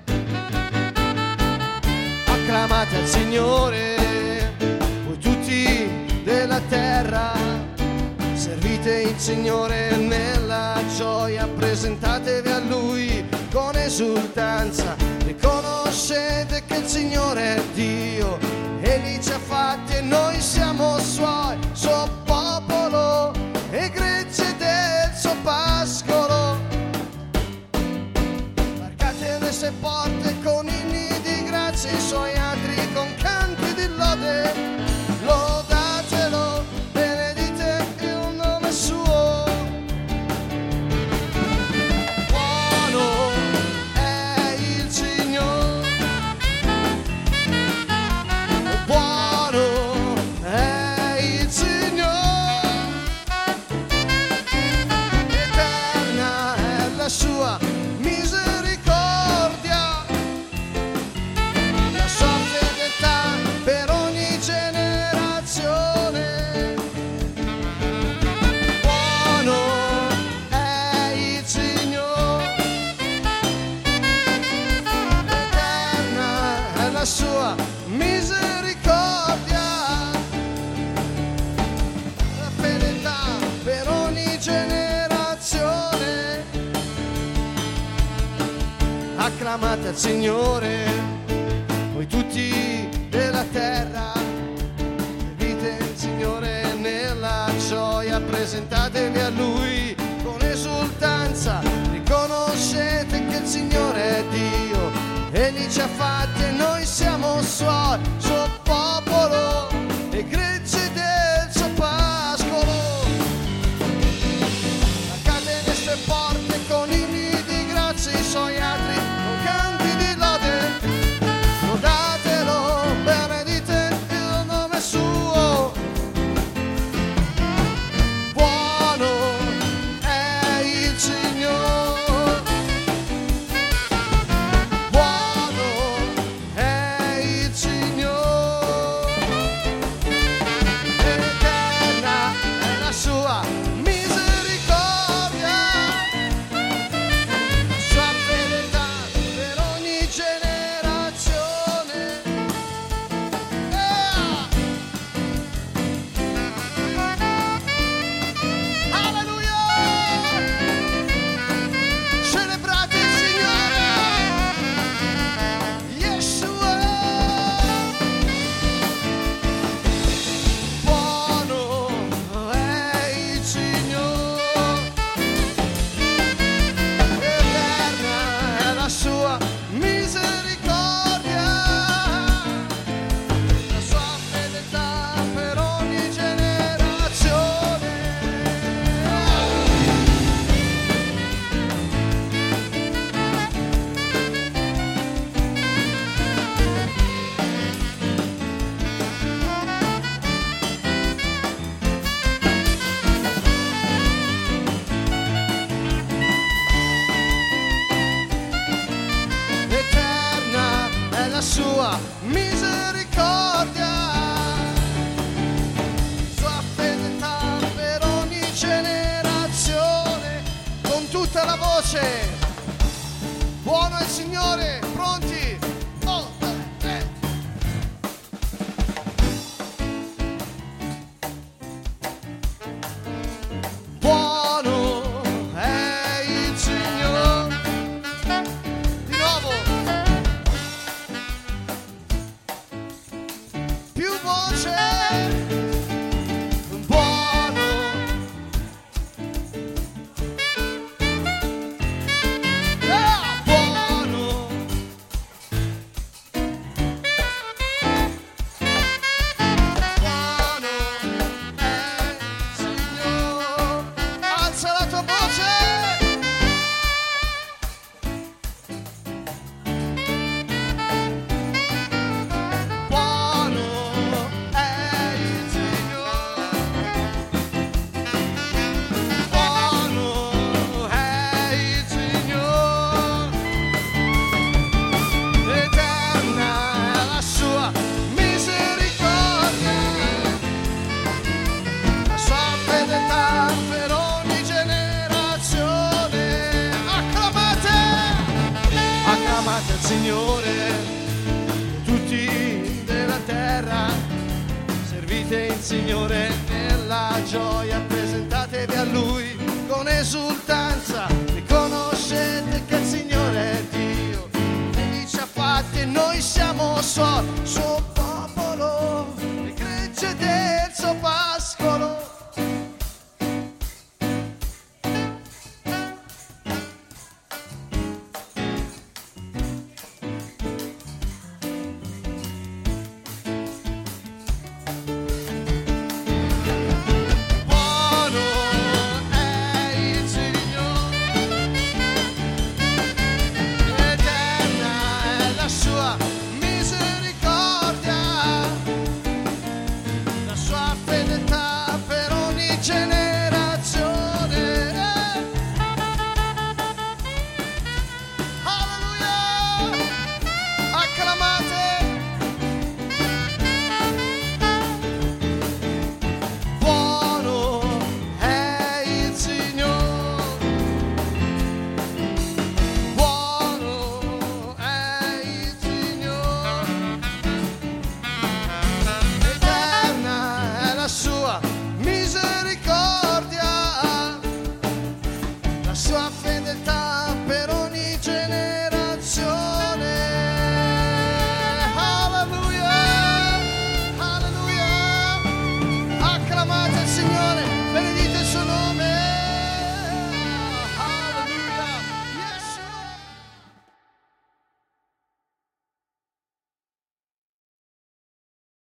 Acclamate al Signore, voi tutti della terra, servite il Signore nella gioia, presentatevi a Lui con esultanza, riconoscete che il Signore è Dio, Egli ci ha fatti e noi siamo Suoi, suo popolo e gregge del suo pascolo. Varcate le sue porte con inni di grazia, i suoi atri con canti di lode, lodatelo, benedite il nome suo. Buono è il Signore, buono è il Signore, eterna è la sua misericordia, la sua fedeltà per ogni generazione. Buono è il Signore, eterna è la sua misericordia, la fedeltà per ogni generazione. Acclamate al Signore, voi tutti della terra, servite il Signore nella gioia, presentatevi a Lui con esultanza, riconoscete che il Signore è Dio, Egli ci ha fatti e noi siamo Suoi, suo popolo e gregge del suo pascolo. Varcate le sue porte con inni di grazia, i suoi atri con canti di lode, alza la voce. Buono è il Signore, pronti? 1, 2, 3. Buono è il Signore. Di nuovo. Più voce. Signore, tutti della terra, servite il Signore nella gioia, presentatevi a Lui con esultanza, riconoscete che il Signore è Dio, Egli ci ha fatti e noi siamo suoi